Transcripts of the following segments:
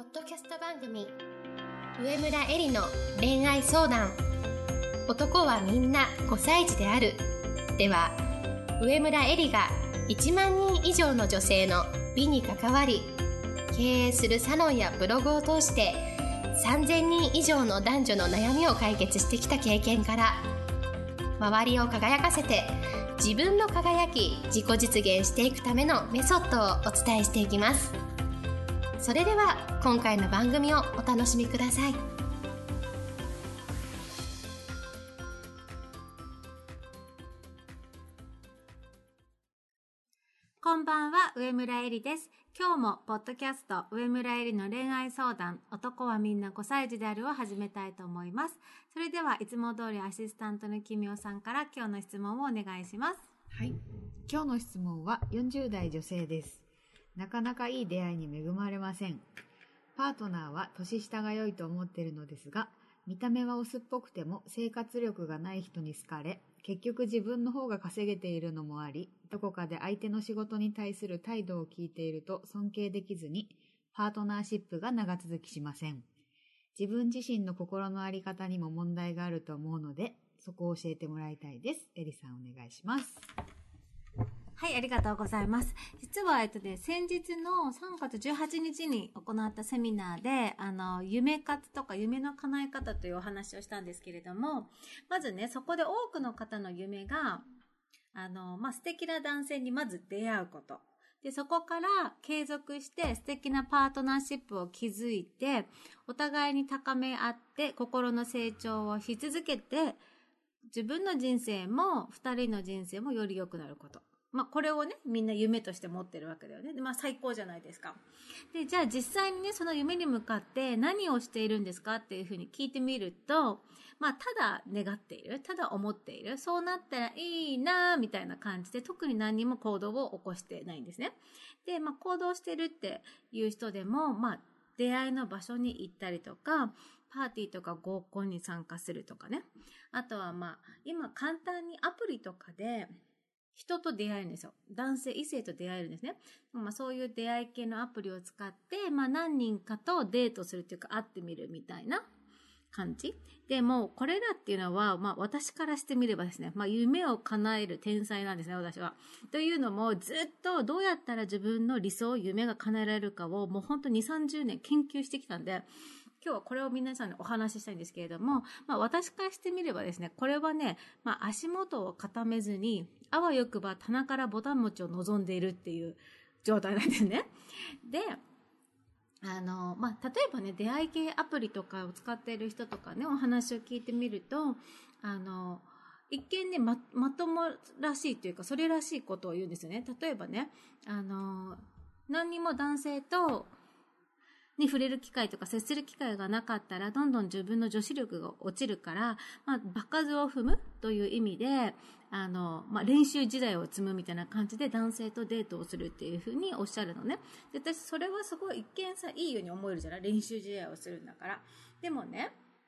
ポッドキャスト番組上村えりの恋愛相談。男はみんな5歳児であるでは、上村えりが1万人以上の女性の美に関わり、経営するサロンやブログを通して3000人以上の男女の悩みを解決してきた経験から、周りを輝かせて自分も輝き自己実現していくためのメソッドをお伝えしていきます。それでは今回の番組をお楽しみください。 こんばんは、上村えりです。今日もポッドキャスト上村えりの恋愛相談、男はみんな5歳児であるを始めたいと思います。それではいつも通りアシスタントのきみおさんから今日の質問をお願いします。 はい。今日の質問は40代女性です。なかなかいい出会いに恵まれません。パートナーは年下が良いと思っているのですが、見た目はオスっぽくても生活力がない人に好かれ、結局自分の方が稼げているのもあり、どこかで相手の仕事に対する態度を聞いていると尊敬できずに、パートナーシップが長続きしません。自分自身の心の在り方にも問題があると思うので、そこを教えてもらいたいです。エリさんお願いします。 はい、ありがとうございます。実は、先日の3月18日に行ったセミナーで、夢活とか夢の叶え方というお話をしたんですけれども、まずね、そこで多くの方の夢が、素敵な男性にまず出会うこと。で、そこから継続して素敵なパートナーシップを築いて、お互いに高め合って心の成長をし続けて、自分の人生も二人の人生もより良くなること。これをね、みんな夢として持ってるわけだよね。で、最高じゃないですか。で、じゃあ実際にね、その夢に向かって何をしているんですかっていうふうに聞いてみると、ただ願っている、ただ思っている、そうなったらいいなみたいな感じで、特に何にも行動を起こしてないんですね。で、行動してるっていう人でも、出会いの場所に行ったりとか、パーティーとか合コンに参加するとかね。あとは今簡単にアプリとかで、人と出会えるんですよ。男性、異性と出会えるんですね。そういう出会い系のアプリを使って、何人かとデートするっていうか会ってみるみたいな感じ。でも、これらっていうのは、私からしてみればですね、夢を叶える天才なんですね、私は。というのも、ずっとどうやったら自分の理想、夢が叶えられるかを、もう本当に2、30年研究してきたんで、今日はこれを皆さんにお話ししたいんですけれども、私からしてみればですね、これはね、足元を固めずに、あわよくば棚からボタン持ちを望んでいるっていう状態なんですね。で、例えばね、出会い系アプリとかを使っている人とかね、お話を聞いてみると、一見ね、まともらしいというか、それらしいことを言うんですよね。例えばね、何にも男性と、に触れる機会とか接する機会がなかったらどんどん自分の女子力が落ちるから、場数を踏むという意味で練習時代を積むみたいな感じで男性とデートをするっていう風におっしゃるのね。で、私それはすごい一見さいいように思えるじゃない、練習試合をするんだから。でもね、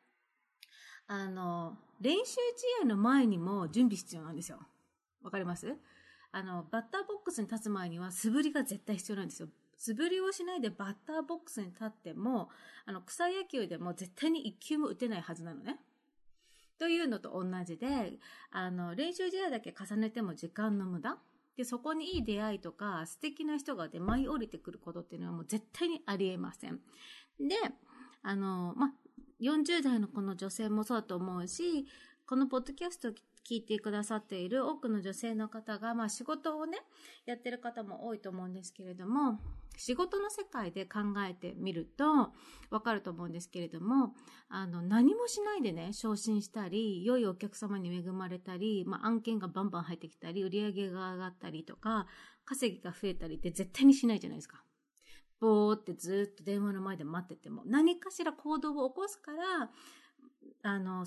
練習試合の前にも準備必要なんですよ。わかります？バッターボックスに立つ前には素振りが絶対必要なんですよ。素振りをしないでバッターボックスに立っても、草野球でも絶対に一球も打てないはずなのね。というのと同じで、練習試合だけ重ねても時間の無駄。で、そこにいい出会いとか素敵な人が舞い降りてくることっていうのはもう絶対にありえません。で、40代のこの女性もそうだと思うし、このポッドキャストを聞いてくださっている多くの女性の方が、仕事をね、やってる方も多いと思うんですけれども、仕事の世界で考えてみるとわかると思うんですけれども、何もしないでね、昇進したり、良いお客様に恵まれたり、案件がバンバン入ってきたり、売り上げが上がったりとか、稼ぎが増えたりって絶対にしないじゃないですか。ぼーってずっと電話の前で待ってても、何かしら行動を起こすから、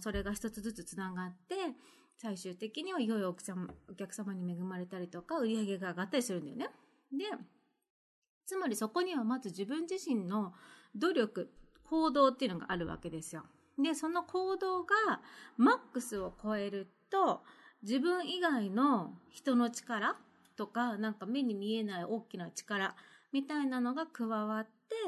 それが一つずつつながって、最終的には良いお客様に恵まれたりとか、売り上げが上がったりするんだよね。で、つまりそこにはまず自分自身の努力、行動っていうのがあるわけですよ。で、その行動がマックスを超えると、自分以外の人の力とか、目に見えない大きな力みたいなのが加わって、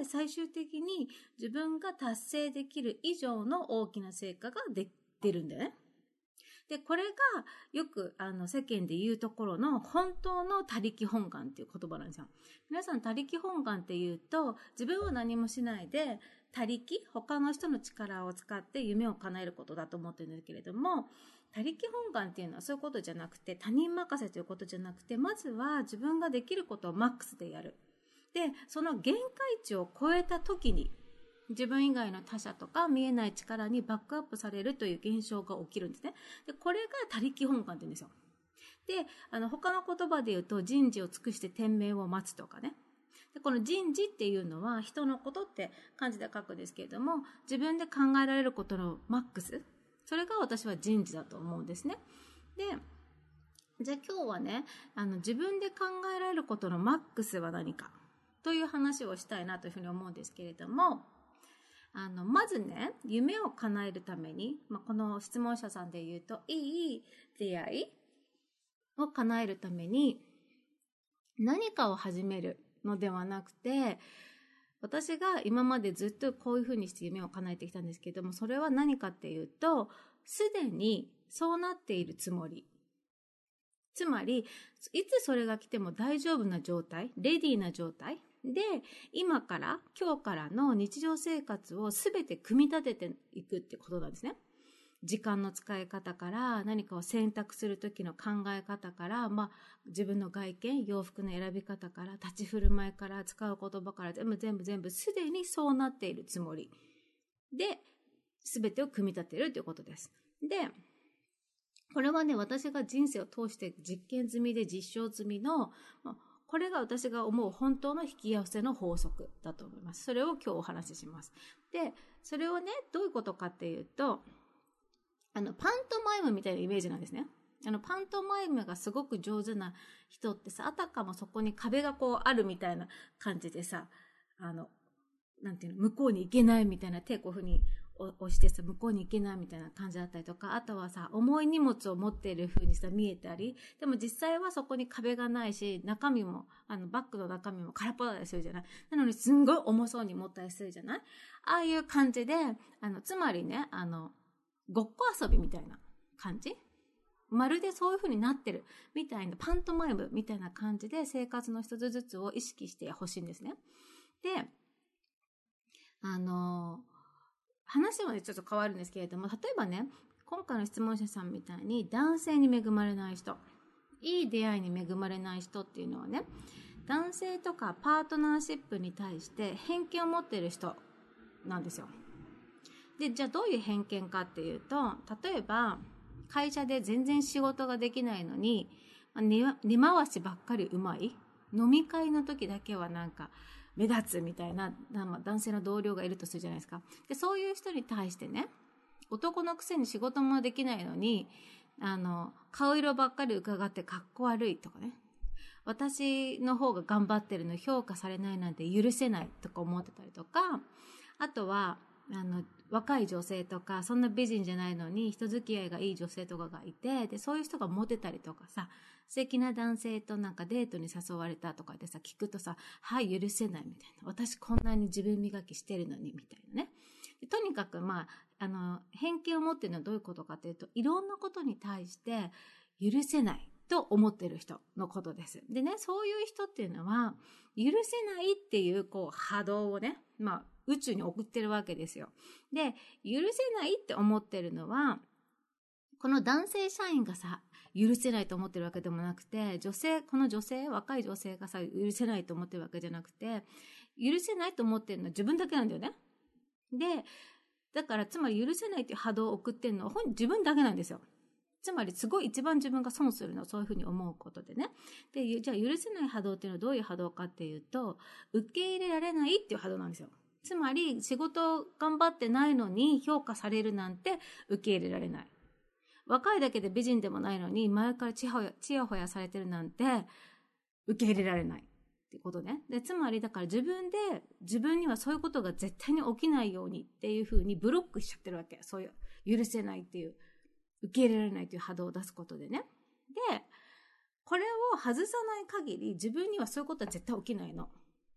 最終的に自分が達成できる以上の大きな成果が出るんだよね。で、これがよく世間で言うところの本当の他力本願っていう言葉なんですよ。皆さん他力本願って言うと、自分は何もしないで他力、他の人の力を使って夢を叶えることだと思ってるんだけれども、他力本願っていうのはそういうことじゃなくて、他人任せということじゃなくて、まずは自分ができることをマックスでやる。で、その限界値を超えた時に、自分以外の他者とか見えない力にバックアップされるという現象が起きるんですね。で、これが他力本願って言うんですよ。で、他の言葉で言うと、人事を尽くして天命を待つとかね。で、この人事っていうのは人のことって漢字で書くんですけれども、自分で考えられることのマックス。それが私は人事だと思うんですね。で、じゃあ今日はね、自分で考えられることのマックスは何かという話をしたいなというふうに思うんですけれども、まずね、夢を叶えるために、この質問者さんで言うと、いい出会いを叶えるために、何かを始めるのではなくて、私が今までずっとこういうふうにして夢を叶えてきたんですけれども、それは何かっていうと、すでにそうなっているつもり。つまり、いつそれが来ても大丈夫な状態、レディーな状態で、今日からの日常生活をすべて組み立てていくってことなんですね。時間の使い方から、何かを選択するときの考え方から、自分の外見、洋服の選び方から、立ち振る舞いから、使う言葉から、全部すでにそうなっているつもりで、すべてを組み立てるということです。で、これはね、私が人生を通して実験済みで実証済みの、これが私が思う本当の引き合わせの法則だと思います。それを今日お話しします。で、それをね、どういうことかっていうと、パントマイムみたいなイメージなんですね。パントマイムがすごく上手な人ってさ、あたかもそこに壁がこうあるみたいな感じでさ、なんていうの、向こうに行けないみたいな手こういうふうに押してさ、向こうに行けないみたいな感じだったりとか、あとはさ、重い荷物を持っている風にさ、見えたり、でも実際はそこに壁がないし、中身も、バッグの中身も空っぽだったりするじゃない。なのにすんごい重そうに持ったりするじゃない。ああいう感じで、つまりね、ごっこ遊びみたいな感じ、まるでそういう風になってるみたいな、パントマイムみたいな感じで生活の一つずつを意識してほしいんですね。で、話はね、ちょっと変わるんですけれども、例えばね、今回の質問者さんみたいに男性に恵まれない人、いい出会いに恵まれない人っていうのはね、男性とかパートナーシップに対して偏見を持っている人なんですよ。で、じゃあどういう偏見かっていうと、例えば会社で全然仕事ができないのに、根回しばっかりうまい、飲み会の時だけはなんか目立つみたいな男性の同僚がいるとするじゃないですか。で、そういう人に対してね、男のくせに仕事もできないのに、顔色ばっかり伺ってかっこ悪いとかね、私の方が頑張ってるの評価されないなんて許せないとか思ってたりとか、あとは若い女性とか、そんな美人じゃないのに人付き合いがいい女性とかがいて、で、そういう人がモテたりとかさ、素敵な男性となんかデートに誘われたとかでさ、聞くとさ、はい、許せないみたいな。私こんなに自分磨きしてるのに、みたいなね。で、とにかく偏見を持ってるのはどういうことかというと、いろんなことに対して許せないと思ってる人のことです。でね、そういう人っていうのは、許せないっていう波動をね、宇宙に送ってるわけですよ。で、許せないって思ってるのは、この男性社員がさ、許せないと思ってるわけでもなくて、この女性、若い女性がさ、許せないと思ってるわけじゃなくて、許せないと思ってるのは自分だけなんだよね。で、だからつまり許せないっていう波動を送ってるのは自分だけなんですよ。つまりすごい一番自分が損するのはそういうふうに思うことでね。で、じゃあ許せない波動っていうのはどういう波動かっていうと、受け入れられないっていう波動なんですよ。つまり仕事頑張ってないのに評価されるなんて受け入れられない。若いだけで美人でもないのに前からチヤホヤされてるなんて受け入れられないってことね。で、つまりだから自分にはそういうことが絶対に起きないようにっていうふうにブロックしちゃってるわけ。そういう許せないっていう、受け入れられないっていう波動を出すことでね。で、これを外さない限り自分にはそういうことは絶対起きないの。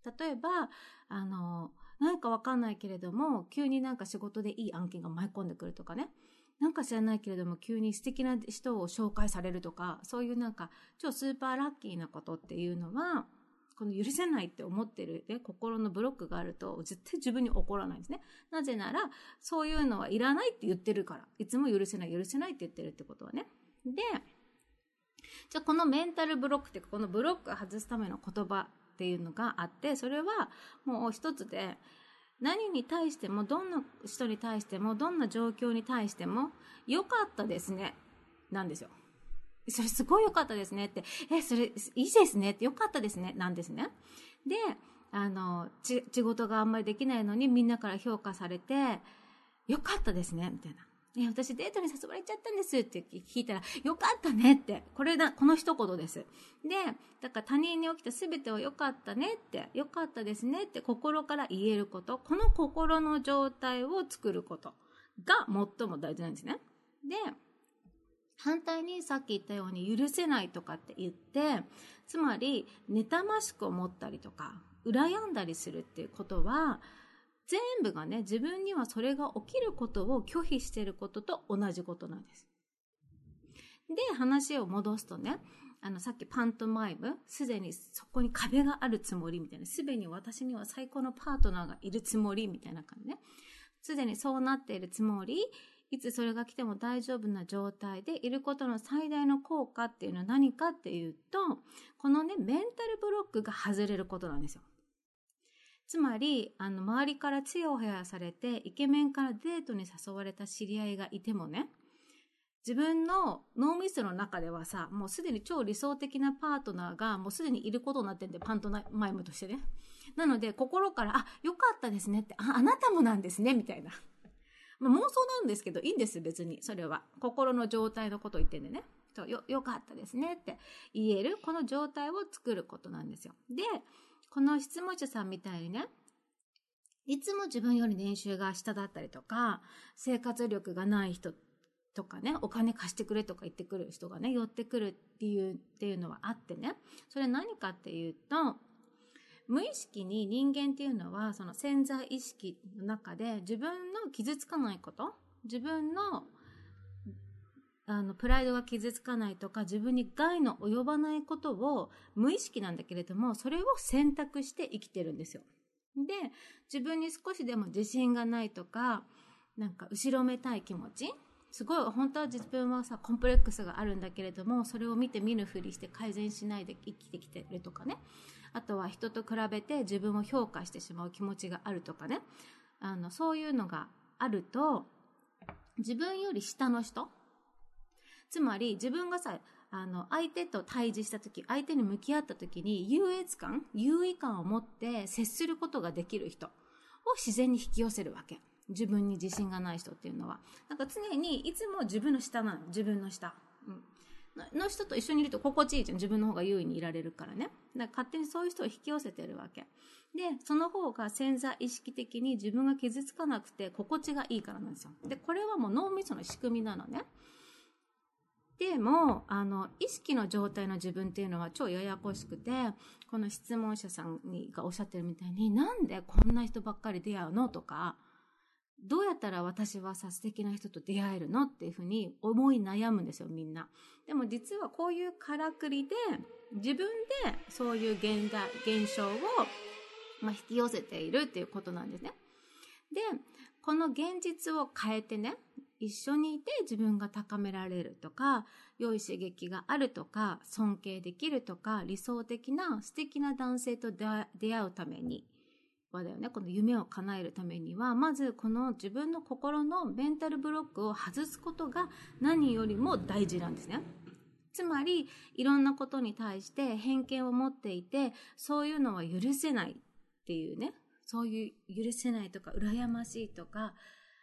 例えば、なんかわかんないけれども、急になんか仕事でいい案件が舞い込んでくるとかね。なんか知らないけれども、急に素敵な人を紹介されるとか、そういうなんか、超スーパーラッキーなことっていうのは、この許せないって思ってる、ね、心のブロックがあると、絶対自分に起こらないんですね。なぜなら、そういうのはいらないって言ってるから。いつも許せないって言ってるってことはね。で、じゃあこのメンタルブロックっていうか、このブロックを外すための言葉っていうのがあって、それはもう一つで、何に対しても、どんな人に対しても、どんな状況に対しても、良かったですね、なんですよ。それすごい良かったですねって、それいいですねって、良かったですね、なんですね。で、仕事があんまりできないのにみんなから評価されて、良かったですね、みたいな。私デートに誘われちゃったんですって聞いたら、よかったねって、この一言です。で、だから他人に起きた全てをよかったねって、よかったですねって心から言えること、この心の状態を作ることが最も大事なんですね。で、反対にさっき言ったように許せないとかって言って、つまり妬ましく思ったりとか、羨んだりするっていうことは、全部がね、自分にはそれが起きることを拒否していることと同じことなんです。で、話を戻すとね、さっきパントマイム、すでにそこに壁があるつもりみたいな、すでに私には最高のパートナーがいるつもりみたいな感じね。すでにそうなっているつもり、いつそれが来ても大丈夫な状態でいることの最大の効果っていうのは何かっていうと、このね、メンタルブロックが外れることなんですよ。つまり、周りからチヤホヤされて、イケメンからデートに誘われた知り合いがいてもね、自分の脳みその中ではさ、もうすでに超理想的なパートナーがもうすでにいることになってんで、パントマイムとしてね。なので、心から、よかったですねって、あなたもなんですね、みたいな。妄想なんですけど、いいんです、別に。それは。心の状態のことを言ってんでね。よかったですねって言える、この状態を作ることなんですよ。で、この質問者さんみたいにね、いつも自分より年収が下だったりとか、生活力がない人とかね、お金貸してくれとか言ってくる人がね、寄ってくるっていうのはあってね、それ何かっていうと、無意識に人間っていうのは、その潜在意識の中で自分の傷つかないこと、自分のプライドが傷つかないとか、自分に害の及ばないことを無意識なんだけれども、それを選択して生きてるんですよ。で、自分に少しでも自信がないとか、なんか後ろめたい気持ち、すごい本当は自分はさ、コンプレックスがあるんだけれども、それを見ぬふりして改善しないで生きてきてるとかね。あとは人と比べて自分を評価してしまう気持ちがあるとかね。そういうのがあると、自分より下の人、つまり自分がさ、相手と対峙した時、相手に向き合った時に優位感を持って接することができる人を自然に引き寄せるわけ。自分に自信がない人っていうのは。なんか常にいつも自分の下なの。自分の下。の人と一緒にいると心地いいじゃん。自分の方が優位にいられるからね。だから勝手にそういう人を引き寄せてるわけ。で、その方が潜在意識的に自分が傷つかなくて心地がいいからなんですよ。で、これはもう脳みその仕組みなのね。でも、意識の状態の自分っていうのは超ややこしくて、この質問者さんがおっしゃってるみたいに、なんでこんな人ばっかり出会うのとか、どうやったら私はさ、素敵な人と出会えるのっていうふうに思い悩むんですよ、みんな。でも実はこういうからくりで、自分でそういう現象を、引き寄せているっていうことなんですね。で、この現実を変えてね、一緒にいて自分が高められるとか、良い刺激があるとか、尊敬できるとか、理想的な素敵な男性と出会うためにはだよね、この夢を叶えるためには、まずこの自分の心のメンタルブロックを外すことが何よりも大事なんですね。つまり、いろんなことに対して偏見を持っていて、そういうのは許せないっていうね、そういう許せないとか、羨ましいとか、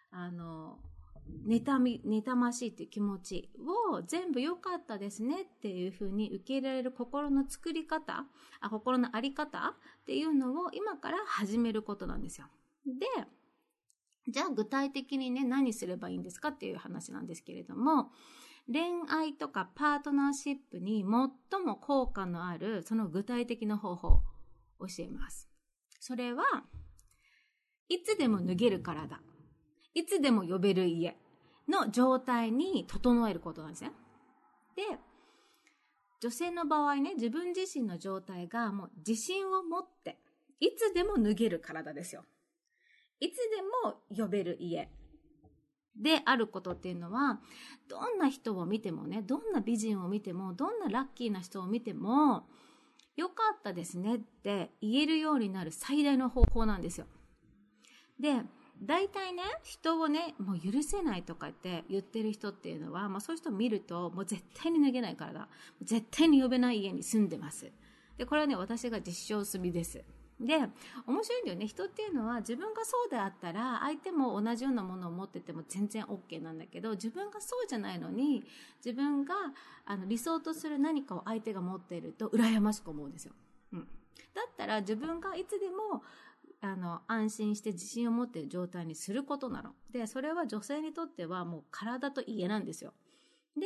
妬ましいっていう気持ちを全部良かったですねっていう風に受け入れられる心の作り方、心のあり方っていうのを今から始めることなんですよ。で、じゃあ具体的にね、何すればいいんですかっていう話なんですけれども、恋愛とかパートナーシップに最も効果のあるその具体的な方法を教えます。 それはいつでも脱げる体、いつでも呼べる家の状態に整えることなんですね。で、女性の場合ね、自分自身の状態がもう自信を持って、いつでも脱げる体ですよ。いつでも呼べる家であることっていうのは、どんな人を見てもね、どんな美人を見ても、どんなラッキーな人を見ても、よかったですねって言えるようになる最大の方法なんですよ。で、大体ね、人をね、もう許せないとかって言ってる人っていうのは、そういう人を見ると、もう絶対に脱げないからだ。絶対に呼べない家に住んでます。で、これはね、私が実証済みです。で、面白いんだよね。人っていうのは自分がそうであったら、相手も同じようなものを持ってても全然 OK なんだけど、自分がそうじゃないのに、自分が理想とする何かを相手が持っていると、羨ましく思うんですよ。だったら自分がいつでも、安心して自信を持っている状態にすることなの。で、それは女性にとってはもう体と家なんですよ。で、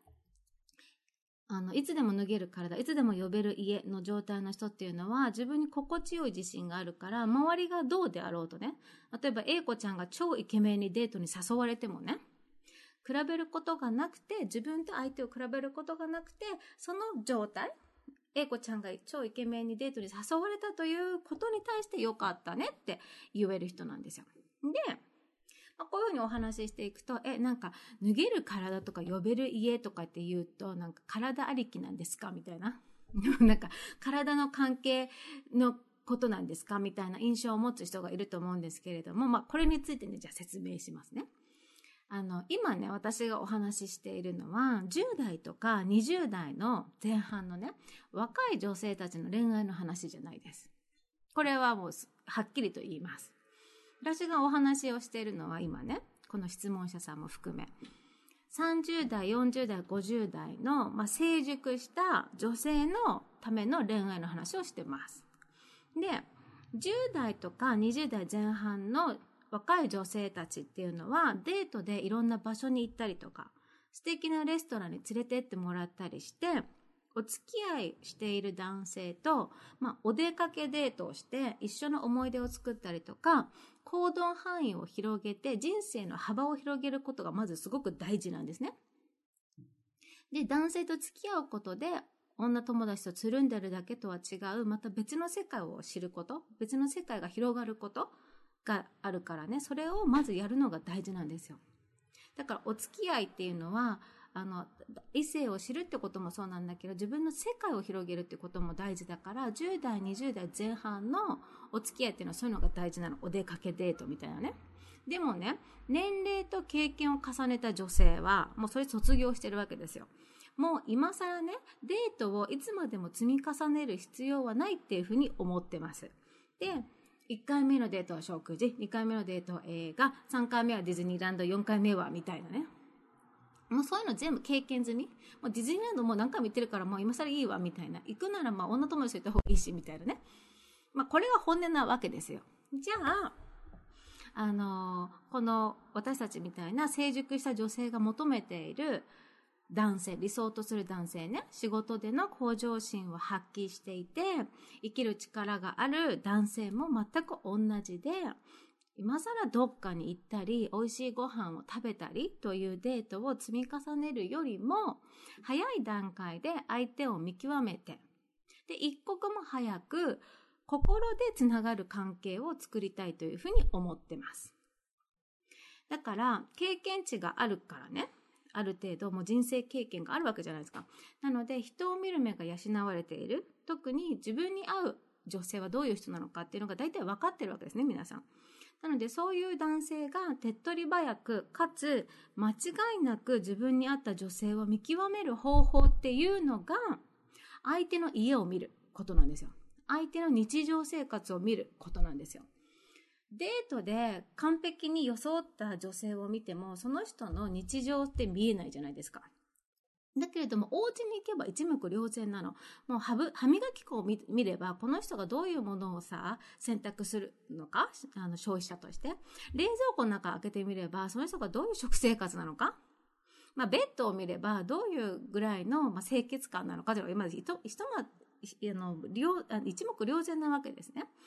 いつでも脱げる体、いつでも呼べる家の状態の人っていうのは自分に心地よい自信があるから、周りがどうであろうとね、例えば A 子ちゃんが超イケメンにデートに誘われてもね、比べることがなくて、自分と相手を比べることがなくて、その状態、A 子ちゃんが超イケメンにデートに誘われたということに対してよかったねって言える人なんですよ。で、こういうふうにお話ししていくと、なんか脱げる体とか呼べる家とかって言うと、なんか体ありきなんですかみたいな。なんか体の関係のことなんですかみたいな印象を持つ人がいると思うんですけれども、これについてね、じゃあ説明しますね。今ね、私がお話ししているのは、10代とか20代の前半のね、若い女性たちの恋愛の話じゃないです。これはもう、はっきりと言います。私がお話をしているのは今ね、この質問者さんも含め、30代、40代、50代の、成熟した女性のための恋愛の話をしてます。で、10代とか20代前半の若い女性たちっていうのはデートでいろんな場所に行ったりとか素敵なレストランに連れてってもらったりしてお付き合いしている男性と、お出かけデートをして一緒の思い出を作ったりとか行動範囲を広げて人生の幅を広げることがまずすごく大事なんですね。で、男性と付き合うことで女友達とつるんでるだけとは違うまた別の世界を知ること、別の世界が広がることがあるからね、それをまずやるのが大事なんですよ。だからお付き合いっていうのは異性を知るってこともそうなんだけど、自分の世界を広げるってことも大事だから、10代20代前半のお付き合いっていうのはそういうのが大事なの。お出かけデートみたいなね。でもね、年齢と経験を重ねた女性はもうそれ卒業してるわけですよ。もう今更ね、デートをいつまでも積み重ねる必要はないっていうふうに思ってます。で、1回目のデートは食事、2回目のデートは映画、3回目はディズニーランド、4回目はみたいなね。もうそういうの全部経験済み。もうディズニーランドもう何回も行ってるからもう今更いいわみたいな。行くなら女友達と行った方がいいしみたいなね。これが本音なわけですよ。じゃあ、この私たちみたいな成熟した女性が求めている男性、理想とする男性ね、仕事での向上心を発揮していて、生きる力がある男性も全く同じで、今更どっかに行ったり、美味しいご飯を食べたりというデートを積み重ねるよりも、早い段階で相手を見極めて、で、一刻も早く心でつながる関係を作りたいというふうに思ってます。だから、経験値があるからね、ある程度もう人生経験があるわけじゃないですか。なので人を見る目が養われている。特に自分に合う女性はどういう人なのかっていうのが大体分かってるわけですね、皆さん。なのでそういう男性が手っ取り早くかつ間違いなく自分に合った女性を見極める方法っていうのが相手の家を見ることなんですよ。相手の日常生活を見ることなんですよ。デートで完璧に装った女性を見てもその人の日常って見えないじゃないですか。だけれどもお家に行けば一目瞭然なの。もう歯磨き粉を見ればこの人がどういうものを選択するのか、消費者として冷蔵庫の中開けてみればその人がどういう食生活なのか、ベッドを見ればどういうぐらいの清潔感なのかというのが一目瞭然なわけですね。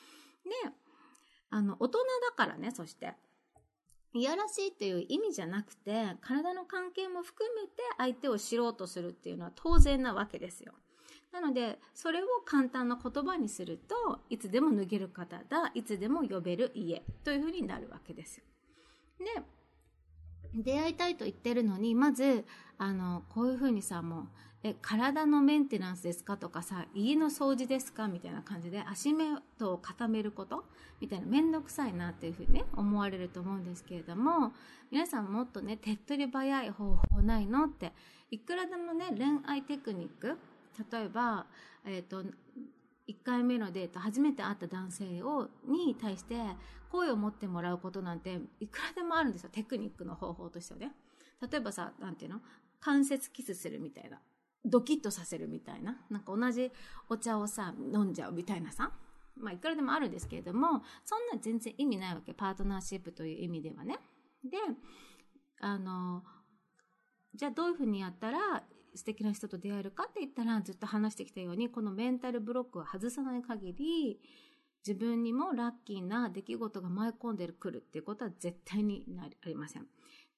大人だからね、そして。いやらしいっていう意味じゃなくて、体の関係も含めて相手を知ろうとするっていうのは当然なわけですよ。なので、それを簡単な言葉にすると、いつでも脱げる方だ、いつでも呼べる家というふうになるわけですよ。で、出会いたいと言ってるのに、まず、こういうふうにさ、もう、体のメンテナンスですかとかさ、家の掃除ですかみたいな感じで、足元を固めることみたいな、めんどくさいなっていうふうにね、思われると思うんですけれども、皆さんもっとね、手っ取り早い方法ないのって、いくらでもね、恋愛テクニック、例えば、1回目のデート、初めて会った男性に対して好意を持ってもらうことなんていくらでもあるんですよ。テクニックの方法としてはね。例えばさ、なんていうの？関節キスするみたいな。ドキッとさせるみたいな。なんか同じお茶をさ、飲んじゃうみたいなさ。まあ、いくらでもあるんですけれども、そんな全然意味ないわけ。パートナーシップという意味ではね。で、じゃあどういうふうにやったら素敵な人と出会えるかって言ったら、ずっと話してきたように、このメンタルブロックを外さない限り、自分にもラッキーな出来事が舞い込んでくるっていうことは絶対にありません。で、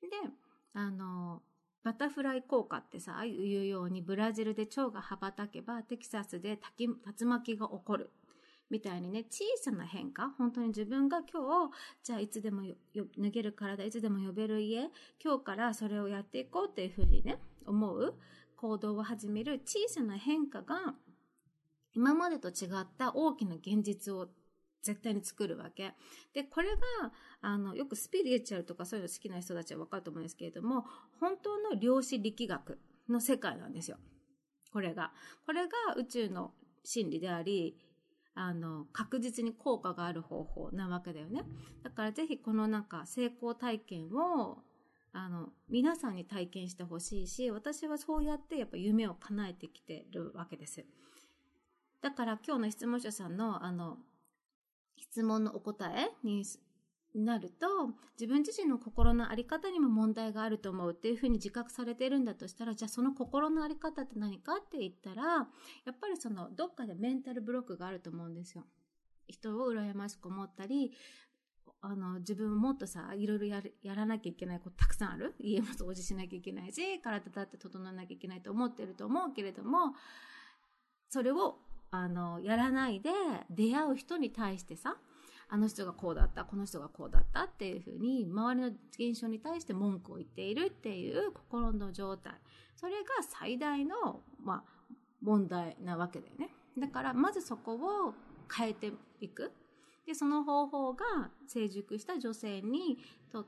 バタフライ効果ってさ、いうようにブラジルで蝶が羽ばたけばテキサスで竜巻が起こるみたいにね、小さな変化、本当に自分が今日、じゃあいつでも脱げる体、いつでも呼べる家、今日からそれをやっていこうっていうふうにね、思う行動を始める小さな変化が、今までと違った大きな現実を絶対に作るわけ。で、これが、よくスピリチュアルとかそういうの好きな人たちは分かると思うんですけれども、本当の量子力学の世界なんですよ。これが宇宙の真理であり、確実に効果がある方法なわけだよね。だからぜひこのなんか成功体験を、皆さんに体験してほしいし、私はそうやってやっぱ夢を叶えてきてるわけです。だから今日の質問者さんの質問のお答えになると、自分自身の心の在り方にも問題があると思うっていうふうに自覚されているんだとしたら、じゃあその心の在り方って何かって言ったら、やっぱりそのどっかでメンタルブロックがあると思うんですよ。人を羨ましく思ったり、自分もっとさ、いろいろやらなきゃいけないことたくさんある。家も掃除しなきゃいけないし、体だって整わなきゃいけないと思ってると思うけれども、それをやらないで出会う人に対してさ、あの人がこうだった、この人がこうだったっていうふうに周りの現象に対して文句を言っているっていう心の状態、それが最大の、問題なわけだよね。だからまずそこを変えていく。で、その方法が成熟した女性にとって、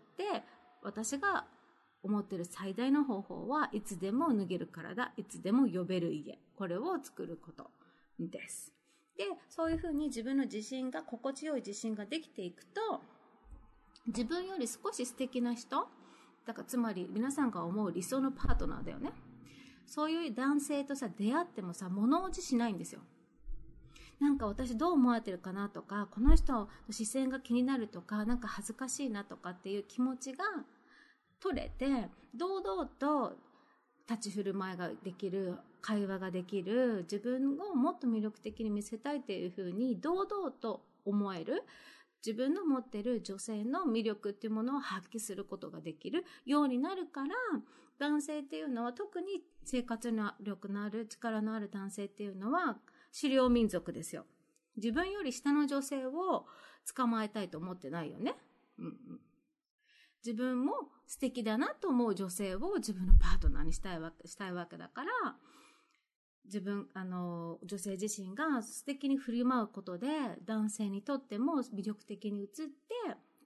私が思ってる最大の方法はいつでも脱げる体、いつでも呼べる家、これを作ることです。で、そういうふうに自分の自信が、心地よい自信ができていくと、自分より少し素敵な人、だからつまり皆さんが思う理想のパートナーだよね。そういう男性とさ、出会ってもさ、物おじしないんですよ。なんか私どう思われてるかなとか、この人の視線が気になるとか、なんか恥ずかしいなとかっていう気持ちが取れて、堂々と立ち振る舞いができる、会話ができる、自分をもっと魅力的に見せたいっていう風に堂々と思える、自分の持ってる女性の魅力っていうものを発揮することができるようになるから、男性っていうのは、特に生活力のある、力のある男性っていうのは狩猟民族ですよ。自分より下の女性を捕まえたいと思ってないよね。自分も素敵だなと思う女性を自分のパートナーにしたいわけだから、女性自身が素敵に振り舞うことで男性にとっても魅力的に映って、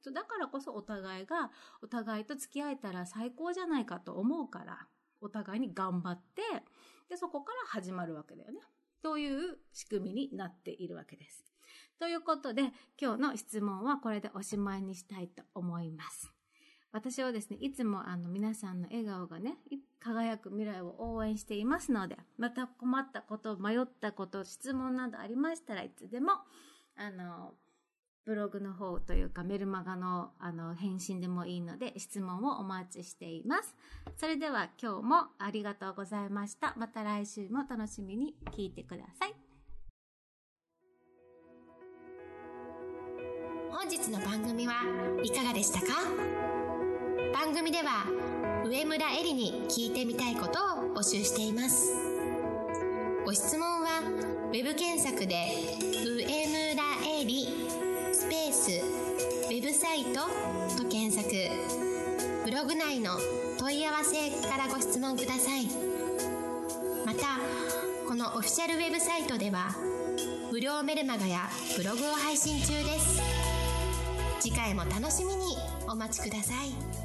だからこそお互いと付き合えたら最高じゃないかと思うから、お互いに頑張って、で、そこから始まるわけだよね。という仕組みになっているわけです。ということで、今日の質問はこれでおしまいにしたいと思います。私はですね、いつも皆さんの笑顔がね、輝く未来を応援していますので、また困ったこと、迷ったこと、質問などありましたらいつでも、ブログの方というかメルマガの返信でもいいので質問をお待ちしています。それでは今日もありがとうございました。また来週も楽しみに聞いてください。 本日の番組はいかがでしたか？番組では上村えりに聞いてみたいことを募集しています。ご質問はウェブ検索で上村えりスペースウェブサイトと検索、ブログ内の問い合わせからご質問ください。またこのオフィシャルウェブサイトでは無料メルマガやブログを配信中です。次回も楽しみにお待ちください。